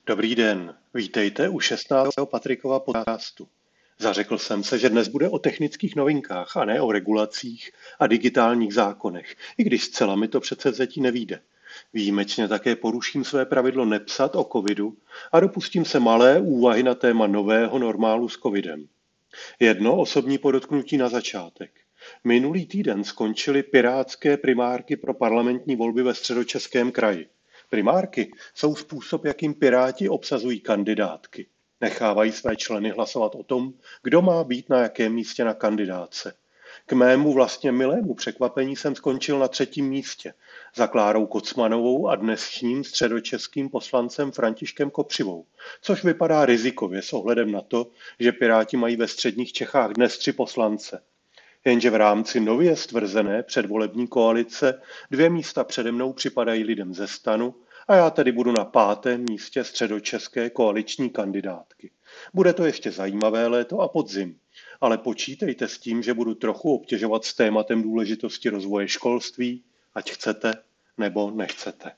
Dobrý den, vítejte u 16. Patrikova podcastu. Zařekl jsem se, že dnes bude o technických novinkách a ne o regulacích a digitálních zákonech, i když zcela mi to předsevzetí nevyjde. Výjimečně také poruším své pravidlo nepsat o covidu a dopustím se malé úvahy na téma nového normálu s covidem. Jedno osobní podotknutí na začátek. Minulý týden skončily pirátské primárky pro parlamentní volby ve Středočeském kraji. Primárky jsou způsob, jakým Piráti obsazují kandidátky. Nechávají své členy hlasovat o tom, kdo má být na jakém místě na kandidátce. K mému vlastně milému překvapení jsem skončil na 3. místě za Klárou Kocmanovou a dnešním středočeským poslancem Františkem Kopřivou, což vypadá rizikově s ohledem na to, že Piráti mají ve středních Čechách dnes 3 poslance. Jenže v rámci nově stvrzené předvolební koalice 2 místa přede mnou připadají lidem ze STANu a já tedy budu na 5. místě středočeské koaliční kandidátky. Bude to ještě zajímavé léto a podzim, ale počítejte s tím, že budu trochu obtěžovat s tématem důležitosti rozvoje školství, ať chcete nebo nechcete.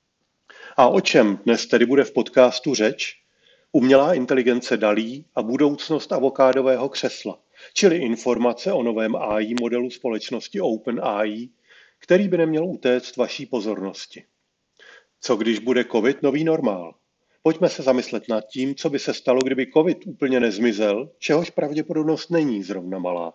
A o čem dnes tedy bude v podcastu řeč? Umělá inteligence DALL-E a budoucnost avokádového křesla, čili informace o novém AI modelu společnosti OpenAI, který by neměl utéct vaší pozornosti. Co když bude COVID nový normál? Pojďme se zamyslet nad tím, co by se stalo, kdyby COVID úplně nezmizel, čehož pravděpodobnost není zrovna malá.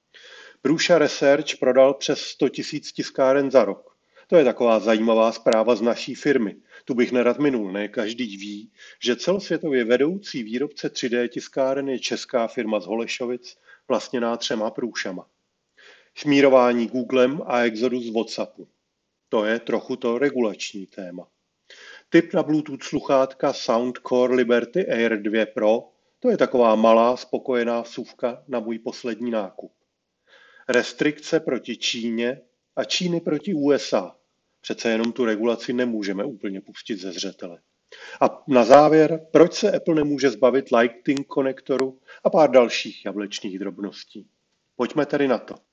Prusa Research prodal přes 100 000 tiskáren za rok. To je taková zajímavá zpráva z naší firmy. Tu bych nerad minul, ne každý ví, že celosvětově vedoucí výrobce 3D tiskáren je česká firma z Holešovic, vlastněná 3 Prusama. Šmírování Googlem a exodus z WhatsAppu. To je trochu to regulační téma. Tip na Bluetooth sluchátka Soundcore Liberty Air 2 Pro, to je taková malá spokojená vsuvka na můj poslední nákup. Restrikce proti Číně a Číny proti USA. Přece jenom tu regulaci nemůžeme úplně pustit ze zřetele. A na závěr, proč se Apple nemůže zbavit Lightning konektoru a pár dalších jablečných drobností. Pojďme tedy na to.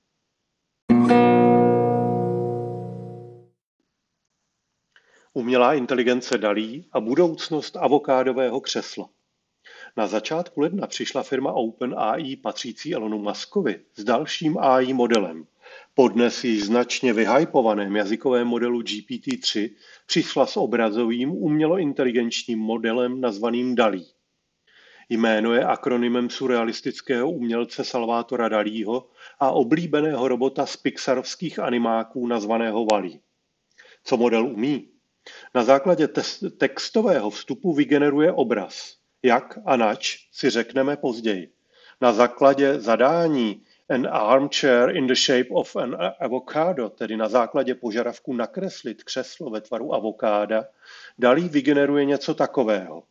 Umělá inteligence DALL-E a budoucnost avokádového křesla. Na začátku ledna přišla firma OpenAI patřící Elonu Muskovi s dalším AI modelem. Po dnes již značně vyhypovaném jazykovém modelu GPT-3 přišla s obrazovým umělointeligenčním modelem nazvaným DALL-E. Jméno je akronymem surrealistického umělce Salvatora Dalího a oblíbeného robota z pixarovských animáků nazvaného WALL-E. Co model umí? Na základě textového vstupu vygeneruje obraz. Jak a nač si řekneme později. Na základě zadání an armchair in the shape of an avocado, tedy na základě požadavku nakreslit křeslo ve tvaru avokáda, DALL-E vygeneruje něco takového.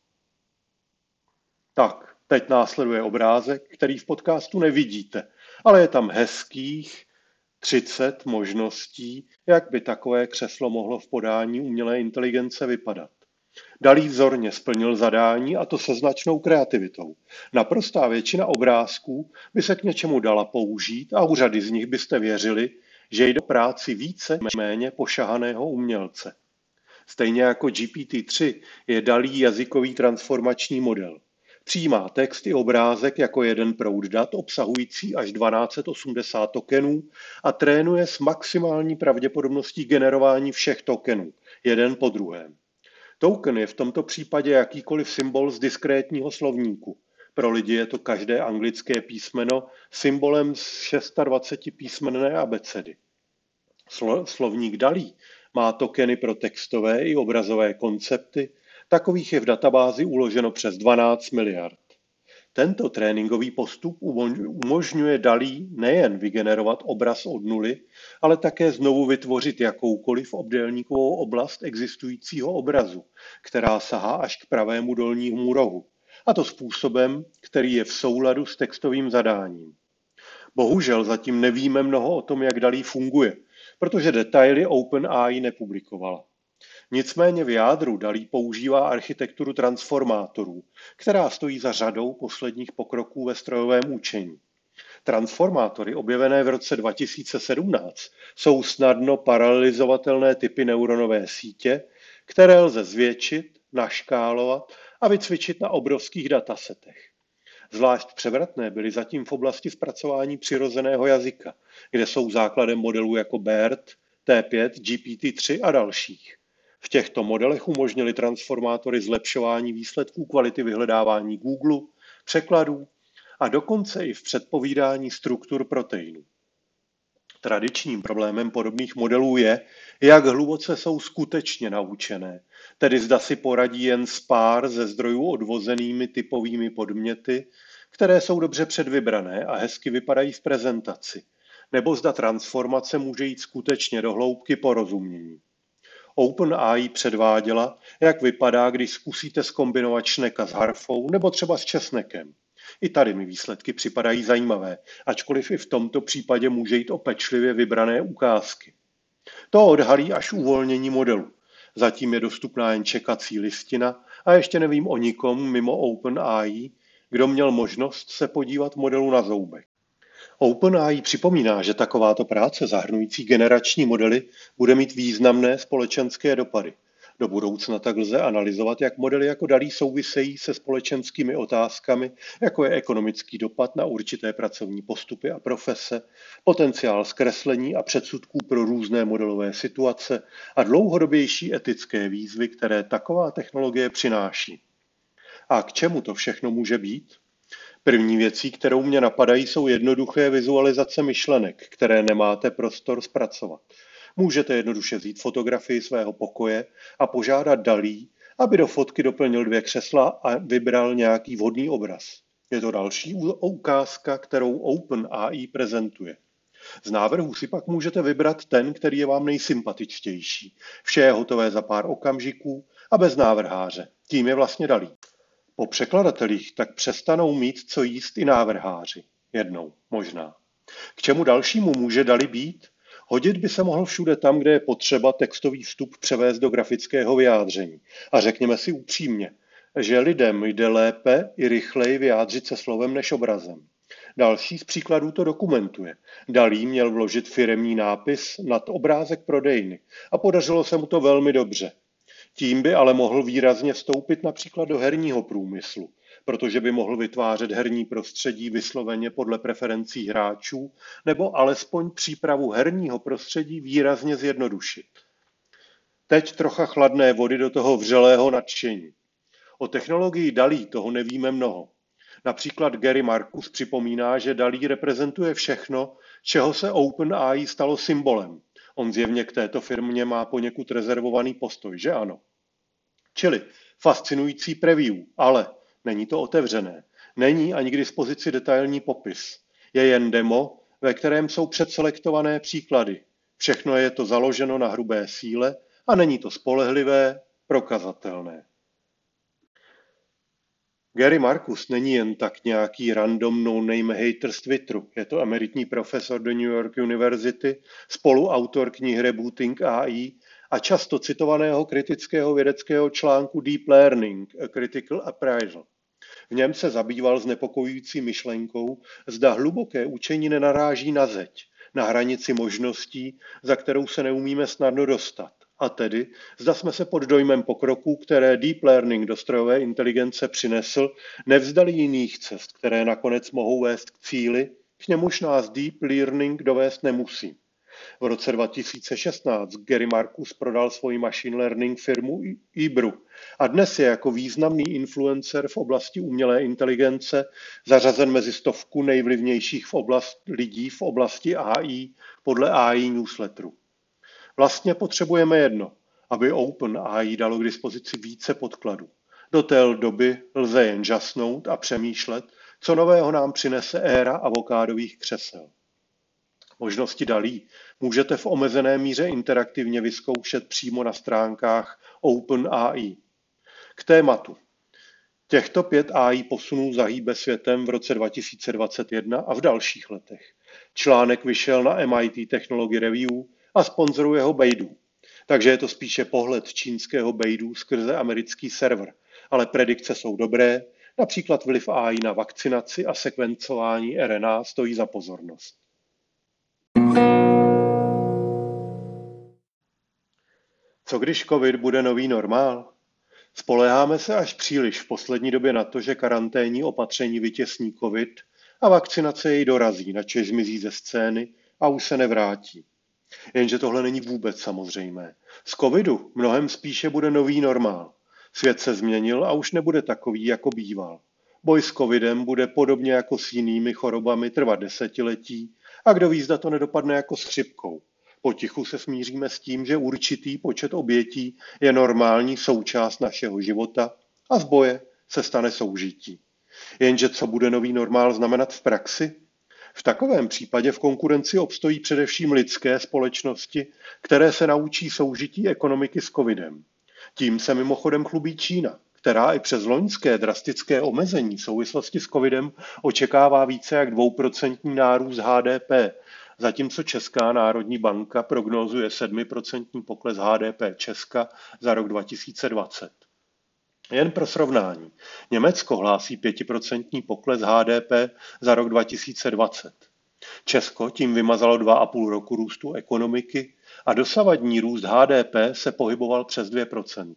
Tak, teď následuje obrázek, který v podcastu nevidíte, ale je tam hezkých 30 možností, jak by takové křeslo mohlo v podání umělé inteligence vypadat. DALL-E vzorně splnil zadání a to se značnou kreativitou. Naprostá většina obrázků by se k něčemu dala použít a u řady z nich byste věřili, že jde o práci více méně pošahaného umělce. Stejně jako GPT-3 je DALL-E jazykový transformační model. Přijímá text i obrázek jako jeden proud dat obsahující až 1280 tokenů a trénuje s maximální pravděpodobností generování všech tokenů, jeden po druhém. Token je v tomto případě jakýkoliv symbol z diskrétního slovníku. Pro lidi je to každé anglické písmeno symbolem z 26 písmenné abecedy. Slovník DALL-E má tokeny pro textové i obrazové koncepty, takových je v databázi uloženo přes 12 miliard. Tento tréninkový postup umožňuje DALL-E nejen vygenerovat obraz od nuly, ale také znovu vytvořit jakoukoliv obdélníkovou oblast existujícího obrazu, která sahá až k pravému dolnímu rohu, a to způsobem, který je v souladu s textovým zadáním. Bohužel zatím nevíme mnoho o tom, jak DALL-E funguje, protože detaily OpenAI nepublikovala. Nicméně v jádru DALL-E používá architekturu transformátorů, která stojí za řadou posledních pokroků ve strojovém učení. Transformátory, objevené v roce 2017, jsou snadno paralelizovatelné typy neuronové sítě, které lze zvětšit naškálovat a vycvičit na obrovských datasetech. Zvlášť převratné byly zatím v oblasti zpracování přirozeného jazyka, kde jsou základem modelů jako BERT, T5, GPT-3 a dalších. V těchto modelech umožnily transformátory zlepšování výsledků kvality vyhledávání Google, překladů a dokonce i v předpovídání struktur proteinů. Tradičním problémem podobných modelů je, jak hluboce jsou skutečně naučené, tedy zda si poradí jen s pár ze zdrojů odvozenými typovými podměty, které jsou dobře předvybrané a hezky vypadají v prezentaci, nebo zda transformace může jít skutečně do hloubky porozumění. OpenAI předváděla, jak vypadá, když zkusíte zkombinovat šneka s harfou nebo třeba s česnekem. I tady mi výsledky připadají zajímavé, ačkoliv i v tomto případě může jít o pečlivě vybrané ukázky. To odhalí až uvolnění modelu. Zatím je dostupná jen čekací listina a ještě nevím o nikom mimo OpenAI, kdo měl možnost se podívat modelu na zoubek. OpenAI připomíná, že takováto práce zahrnující generační modely bude mít významné společenské dopady. Do budoucna tak lze analyzovat, jak modely jako DALL-E souvisejí se společenskými otázkami, jako je ekonomický dopad na určité pracovní postupy a profese, potenciál zkreslení a předsudků pro různé modelové situace a dlouhodobější etické výzvy, které taková technologie přináší. A k čemu to všechno může být? První věcí, kterou mě napadají, jsou jednoduché vizualizace myšlenek, které nemáte prostor zpracovat. Můžete jednoduše vzít fotografii svého pokoje a požádat DALL-E, aby do fotky doplnil 2 křesla a vybral nějaký vhodný obraz. Je to další ukázka, kterou OpenAI prezentuje. Z návrhů si pak můžete vybrat ten, který je vám nejsympatičtější. Vše je hotové za pár okamžiků a bez návrháře. Tím je vlastně DALL-E. Po překladatelích tak přestanou mít co jíst i návrháři. Jednou, možná. K čemu dalšímu může DALL-E být? Hodit by se mohl všude tam, kde je potřeba textový vstup převést do grafického vyjádření. A řekněme si upřímně, že lidem jde lépe i rychleji vyjádřit se slovem než obrazem. Další z příkladů to dokumentuje. DALL-E měl vložit firemní nápis nad obrázek prodejny a podařilo se mu to velmi dobře. Tím by ale mohl výrazně vstoupit například do herního průmyslu, protože by mohl vytvářet herní prostředí vysloveně podle preferencí hráčů, nebo alespoň přípravu herního prostředí výrazně zjednodušit. Teď trocha chladné vody do toho vřelého nadšení. O technologii DALL-E toho nevíme mnoho. Například Gary Marcus připomíná, že DALL-E reprezentuje všechno, čeho se OpenAI stalo symbolem. On zjevně k této firmě má poněkud rezervovaný postoj, že ano? Čili fascinující preview, ale není to otevřené. Není ani k dispozici detailní popis. Je jen demo, ve kterém jsou předselektované příklady. Všechno je to založeno na hrubé síle a není to spolehlivé, prokazatelné. Gary Marcus není jen tak nějaký random no-name hater z Twitteru. Je to emeritní profesor do New York University, spoluautor knihy Rebooting AI a často citovaného kritického vědeckého článku Deep Learning, A Critical Appraisal. V něm se zabýval znepokojující myšlenkou, zda hluboké učení nenaráží na zeď, na hranici možností, za kterou se neumíme snadno dostat. A tedy, zda jsme se pod dojmem pokroků, které deep learning do strojové inteligence přinesl, nevzdali jiných cest, které nakonec mohou vést k cíli, k němuž nás deep learning dovést nemusí. V roce 2016 Gary Marcus prodal svoji machine learning firmu Ebru a dnes je jako významný influencer v oblasti umělé inteligence zařazen mezi 100 nejvlivnějších lidí v oblasti AI podle AI newsletteru. Vlastně potřebujeme jedno, aby OpenAI dalo k dispozici více podkladů. Do té doby lze jen žasnout a přemýšlet, co nového nám přinese éra avokádových křesel. Možnosti DALL-E můžete v omezené míře interaktivně vyzkoušet přímo na stránkách OpenAI. K tématu. Těchto 5 AI posunů zahýbe světem v roce 2021 a v dalších letech. Článek vyšel na MIT Technology Review a sponzoruje ho Baidu. Takže je to spíše pohled čínského Baidu skrze americký server. Ale predikce jsou dobré, například vliv AI na vakcinaci a sekvencování RNA stojí za pozornost. Co když COVID bude nový normál? Spoléháme se až příliš v poslední době na to, že karanténní opatření vytěsní covid a vakcinace jej dorazí, načež zmizí ze scény a už se nevrátí. Jenže tohle není vůbec samozřejmé. Z covidu mnohem spíše bude nový normál. Svět se změnil a už nebude takový, jako býval. Boj s covidem bude podobně jako s jinými chorobami trvat desetiletí a kdo ví, zda to nedopadne jako s chřipkou. Potichu se smíříme s tím, že určitý počet obětí je normální součást našeho života a z boje se stane soužití. Jenže co bude nový normál znamenat v praxi? V takovém případě v konkurenci obstojí především lidské společnosti, které se naučí soužití ekonomiky s covidem. Tím se mimochodem chlubí Čína, která i přes loňské drastické omezení v souvislosti s covidem očekává více jak 2% nárůst HDP, zatímco Česká národní banka prognózuje 7% pokles HDP Česka za rok 2020. Jen pro srovnání, Německo hlásí 5% pokles HDP za rok 2020. Česko tím vymazalo 2,5 roku růstu ekonomiky a dosavadní růst HDP se pohyboval přes 2%.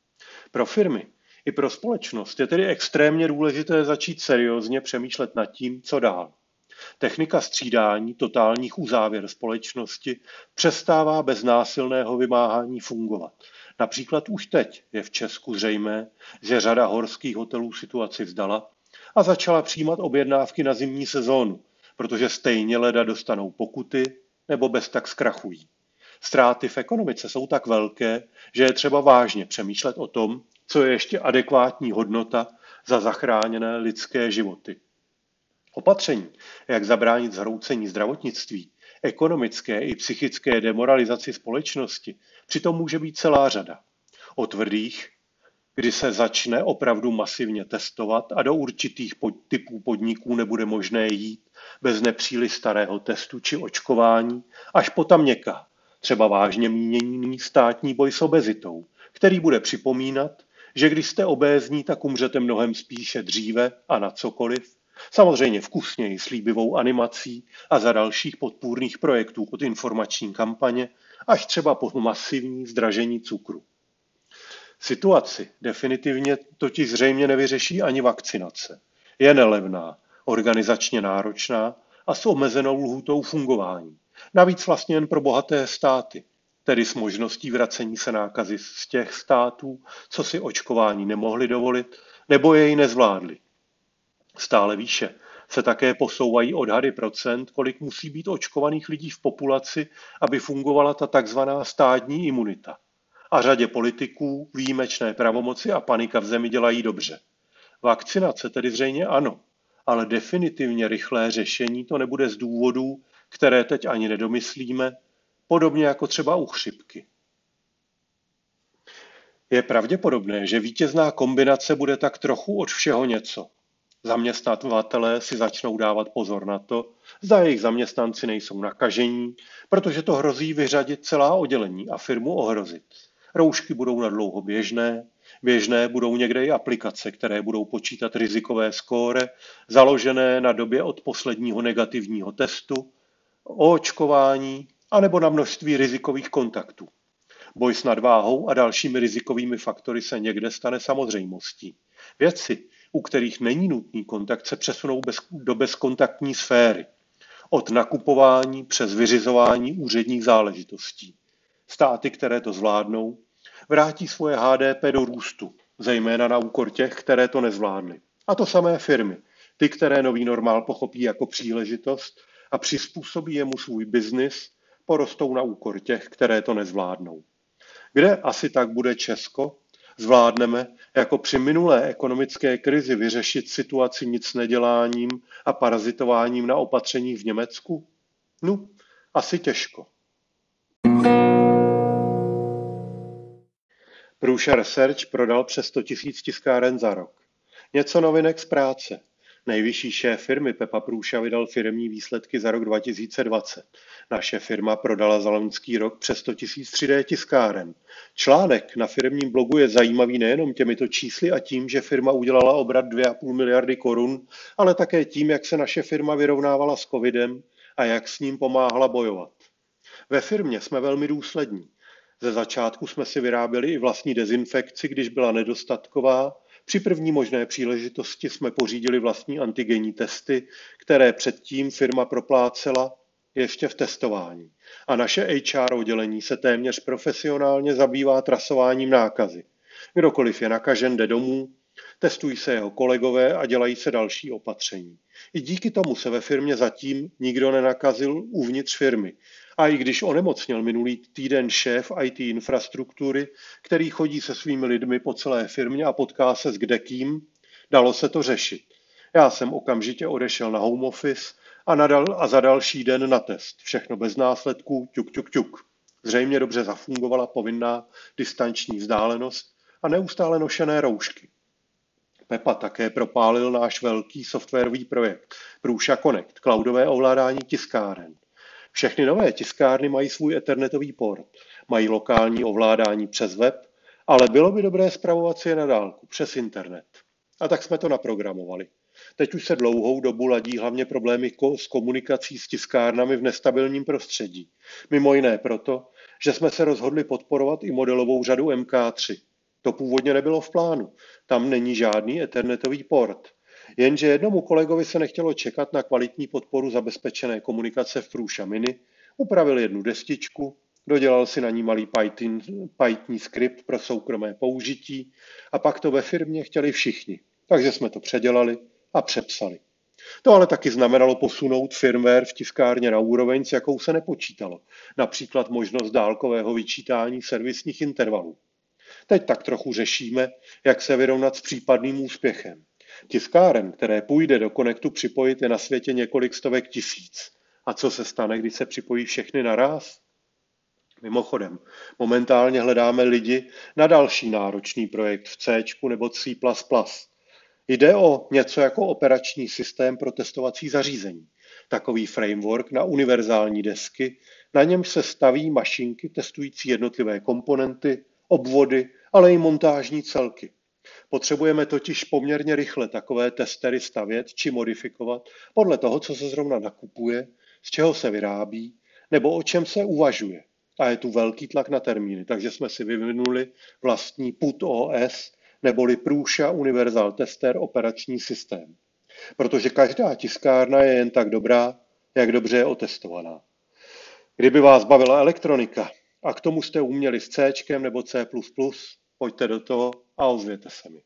Pro firmy i pro společnost je tedy extrémně důležité začít seriózně přemýšlet nad tím, co dál. Technika střídání totálních uzávěr společnosti přestává bez násilného vymáhání fungovat. Například už teď je v Česku zřejmé, že řada horských hotelů situaci vzdala a začala přijímat objednávky na zimní sezónu, protože stejně leda dostanou pokuty nebo bez tak zkrachují. Ztráty v ekonomice jsou tak velké, že je třeba vážně přemýšlet o tom, co je ještě adekvátní hodnota za zachráněné lidské životy. Opatření, jak zabránit zhroucení zdravotnictví, ekonomické i psychické demoralizaci společnosti, přitom může být celá řada. O tvrdých, kdy se začne opravdu masivně testovat a do určitých typů podniků nebude možné jít bez nepříliš starého testu či očkování, až po tam měkká, třeba vážně míněný státní boj s obezitou, který bude připomínat, že když jste obézní, tak umřete mnohem spíše dříve a na cokoliv, samozřejmě vkusněji s líbivou animací a za dalších podpůrných projektů od informační kampaně až třeba po masivní zdražení cukru. Situaci definitivně totiž zřejmě nevyřeší ani vakcinace. Je nelevná, organizačně náročná a s omezenou lhůtou fungování. Navíc vlastně jen pro bohaté státy, tedy s možností vracení se nákazy z těch států, co si očkování nemohli dovolit nebo jej nezvládli. Stále výše se také posouvají odhady procent, kolik musí být očkovaných lidí v populaci, aby fungovala ta takzvaná stádní imunita. A řadě politiků výjimečné pravomoci a panika v zemi dělají dobře. Vakcinace tedy zřejmě ano, ale definitivně rychlé řešení to nebude z důvodů, které teď ani nedomyslíme, podobně jako třeba u chřipky. Je pravděpodobné, že vítězná kombinace bude tak trochu od všeho něco. Zaměstnavatelé si začnou dávat pozor na to, zda jejich zaměstnanci nejsou nakažení, protože to hrozí vyřadit celá oddělení a firmu ohrozit. Roušky budou nadlouho běžné budou někde i aplikace, které budou počítat rizikové skóre, založené na době od posledního negativního testu, o očkování anebo na množství rizikových kontaktů. Boj s nadváhou a dalšími rizikovými faktory se někde stane samozřejmostí. Věci, u kterých není nutný kontakt, se přesunou do bezkontaktní sféry. Od nakupování přes vyřizování úředních záležitostí. Státy, které to zvládnou, vrátí svoje HDP do růstu, zejména na úkor těch, které to nezvládly. A to samé firmy, ty, které nový normál pochopí jako příležitost a přizpůsobí jemu svůj biznis, porostou na úkor těch, které to nezvládnou. Kde asi tak bude Česko? Zvládneme jako při minulé ekonomické krizi vyřešit situaci nic neděláním a parazitováním na opatřeních v Německu? No, asi těžko. Prusa Research prodal přes 100 000 tiskáren za rok. Něco novinek z práce. Nejvyšší šéf firmy Pepa Průša vydal firemní výsledky za rok 2020. Naše firma prodala za loňský rok přes 100 000 3D tiskáren. Článek na firemním blogu je zajímavý nejenom těmito čísly a tím, že firma udělala obrat 2,5 miliardy korun, ale také tím, jak se naše firma vyrovnávala s covidem a jak s ním pomáhala bojovat. Ve firmě jsme velmi důslední. Ze začátku jsme si vyráběli i vlastní dezinfekci, když byla nedostatková. Při první možné příležitosti jsme pořídili vlastní antigenní testy, které předtím firma proplácela ještě v testování. A naše HR oddělení se téměř profesionálně zabývá trasováním nákazy. Kdokoliv je nakažen, jde domů, testují se jeho kolegové a dělají se další opatření. I díky tomu se ve firmě zatím nikdo nenakazil uvnitř firmy. A i když onemocněl minulý týden šéf IT infrastruktury, který chodí se svými lidmi po celé firmě a potká se s kdekým, dalo se to řešit. Já jsem okamžitě odešel na home office a za další den na test. Všechno bez následků, ťuk, ťuk, ťuk. Zřejmě dobře zafungovala povinná distanční vzdálenost a neustále nošené roušky. Pepa také propálil náš velký softwarový projekt Prusa Connect, cloudové ovládání tiskáren. Všechny nové tiskárny mají svůj ethernetový port, mají lokální ovládání přes web, ale bylo by dobré spravovat si je na dálku, přes internet. A tak jsme to naprogramovali. Teď už se dlouhou dobu ladí hlavně problémy s komunikací s tiskárnami v nestabilním prostředí. Mimo jiné proto, že jsme se rozhodli podporovat i modelovou řadu MK3. To původně nebylo v plánu. Tam není žádný ethernetový port. Jenže jednomu kolegovi se nechtělo čekat na kvalitní podporu zabezpečené komunikace v Prusa Mini, upravil jednu destičku, dodělal si na ní malý Python skript pro soukromé použití a pak to ve firmě chtěli všichni. Takže jsme to předělali a přepsali. To ale taky znamenalo posunout firmware v tiskárně na úroveň, s jakou se nepočítalo. Například možnost dálkového vyčítání servisních intervalů. Teď tak trochu řešíme, jak se vyrovnat s případným úspěchem. Tiskáren, které půjde do Connectu připojit, je na světě několik stovek tisíc. A co se stane, když se připojí všechny naráz? Mimochodem, momentálně hledáme lidi na další náročný projekt v C nebo C++. Jde o něco jako operační systém pro testovací zařízení. Takový framework na univerzální desky, na němž se staví mašinky testující jednotlivé komponenty, obvody, ale i montážní celky. Potřebujeme totiž poměrně rychle takové testery stavět či modifikovat podle toho, co se zrovna nakupuje, z čeho se vyrábí, nebo o čem se uvažuje. A je tu velký tlak na termíny, takže jsme si vyvinuli vlastní PUT OS, neboli Prusa Universal Tester operační systém. Protože každá tiskárna je jen tak dobrá, jak dobře je otestovaná. Kdyby vás bavila elektronika a k tomu jste uměli s C nebo C++, pojďte do toho a ozvěte se mi.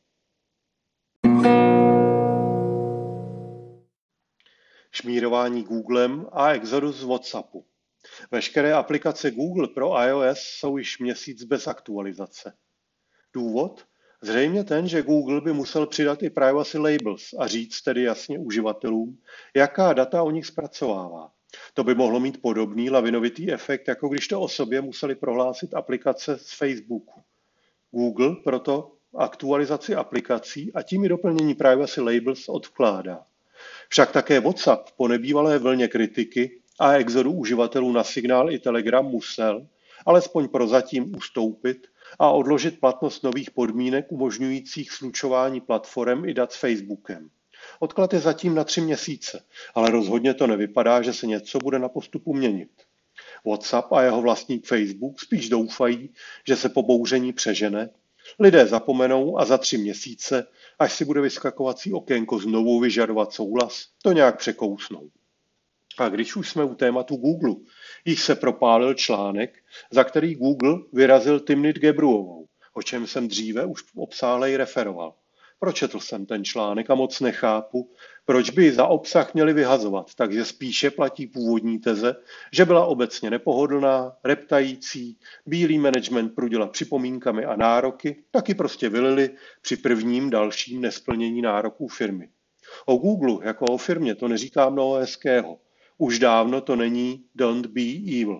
Šmírování Googlem a exodus z WhatsAppu. Veškeré aplikace Google pro iOS jsou již měsíc bez aktualizace. Důvod? Zřejmě ten, že Google by musel přidat i privacy labels a říct tedy jasně uživatelům, jaká data o nich zpracovává. To by mohlo mít podobný lavinovitý efekt, jako když to o sobě museli prohlásit aplikace z Facebooku. Google proto aktualizaci aplikací a tím i doplnění privacy labels odkládá. Však také WhatsApp po nebývalé vlně kritiky a exodu uživatelů na Signál i Telegram musel, alespoň prozatím, ustoupit a odložit platnost nových podmínek umožňujících slučování platform i dat s Facebookem. Odklad je zatím na 3 měsíce, ale rozhodně to nevypadá, že se něco bude na postupu měnit. WhatsApp a jeho vlastník Facebook spíš doufají, že se pobouření přežene, lidé zapomenou a za 3 měsíce, až si bude vyskakovací okénko znovu vyžadovat souhlas, to nějak překousnou. A když už jsme u tématu Google, již se propálil článek, za který Google vyrazil Timnit Gebruovou, o čem jsem dříve už obsáhlej referoval. Pročetl jsem ten článek a moc nechápu, proč by ji za obsah měli vyhazovat, takže spíše platí původní teze, že byla obecně nepohodlná, reptající, bílý management prudila připomínkami a nároky, taky prostě vylili při prvním dalším nesplnění nároků firmy. O Google jako o firmě to neříká mnoho hezkého. Už dávno to není don't be evil.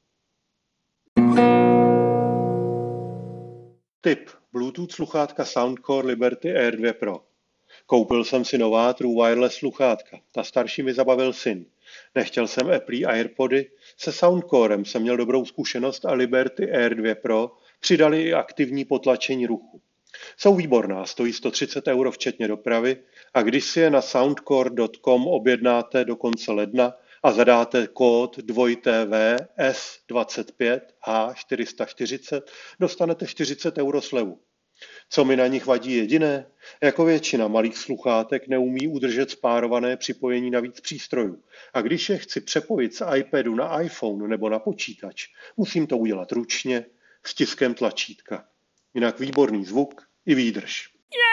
Tip. Bluetooth sluchátka Soundcore Liberty Air 2 Pro. Koupil jsem si nová True Wireless sluchátka. Ta starší mi zabavil syn. Nechtěl jsem Apple AirPody. Se Soundcorem jsem měl dobrou zkušenost a Liberty Air 2 Pro přidali i aktivní potlačení ruchu. Jsou výborná, stojí 130 € včetně dopravy a když si je na soundcore.com objednáte do konce ledna, a zadáte kód 2TV S25H440, dostanete 40 euro slevu. Co mi na nich vadí jediné? Jako většina malých sluchátek neumí udržet spárované připojení na víc přístrojů. A když je chci přepojit z iPadu na iPhone nebo na počítač, musím to udělat ručně, stiskem tlačítka. Jinak výborný zvuk i výdrž.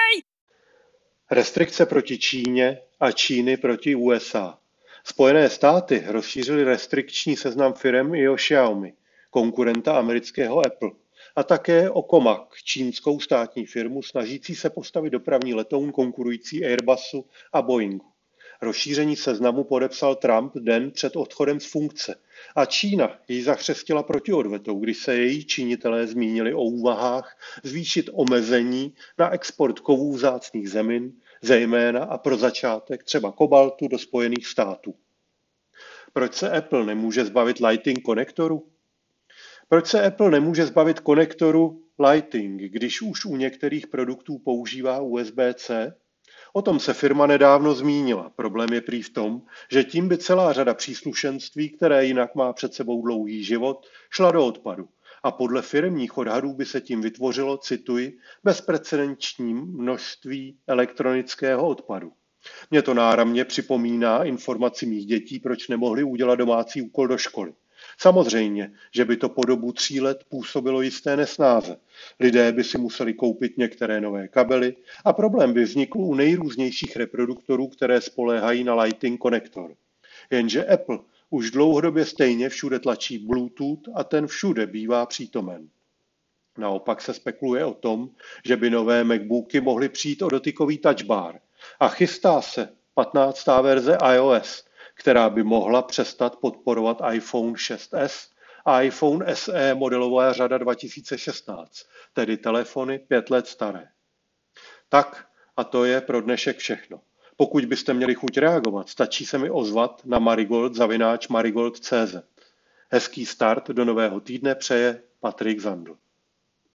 Restrikce proti Číně a Číny proti USA. Spojené státy rozšířily restrikční seznam firem i o Xiaomi, konkurenta amerického Apple, a také o Comac, čínskou státní firmu snažící se postavit dopravní letoun konkurující Airbusu a Boeingu. Rozšíření seznamu podepsal Trump den před odchodem z funkce a Čína jej zachřestila protiodvetou, když se její činitelé zmínili o úvahách zvýšit omezení na export kovů vzácných zemin, zejména a pro začátek třeba kobaltu do Spojených států. Proč se Apple nemůže zbavit Lightning konektoru? Proč se Apple nemůže zbavit konektoru Lightning, když už u některých produktů používá USB-C? O tom se firma nedávno zmínila. Problém je prý v tom, že tím by celá řada příslušenství, které jinak má před sebou dlouhý život, šla do odpadu. A podle firemních odhadů by se tím vytvořilo, cituji, bezprecedentní množství elektronického odpadu. Mě to náramně připomíná informaci mých dětí, proč nemohli udělat domácí úkol do školy. Samozřejmě, že by to po dobu 3 let působilo jisté nesnáze. Lidé by si museli koupit některé nové kabely a problém by vznikl u nejrůznějších reproduktorů, které spoléhají na Lightning konektor. Jenže Apple už dlouhodobě stejně všude tlačí Bluetooth a ten všude bývá přítomen. Naopak se spekuluje o tom, že by nové MacBooky mohly přijít o dotykový touch bar a chystá se 15. verze iOS, která by mohla přestat podporovat iPhone 6s a iPhone SE modelová řada 2016, tedy telefony 5 let staré. Tak a to je pro dnešek všechno. Pokud byste měli chuť reagovat, stačí se mi ozvat na marigold@marigold.cz. Hezký start do nového týdne přeje Patrik Zandl.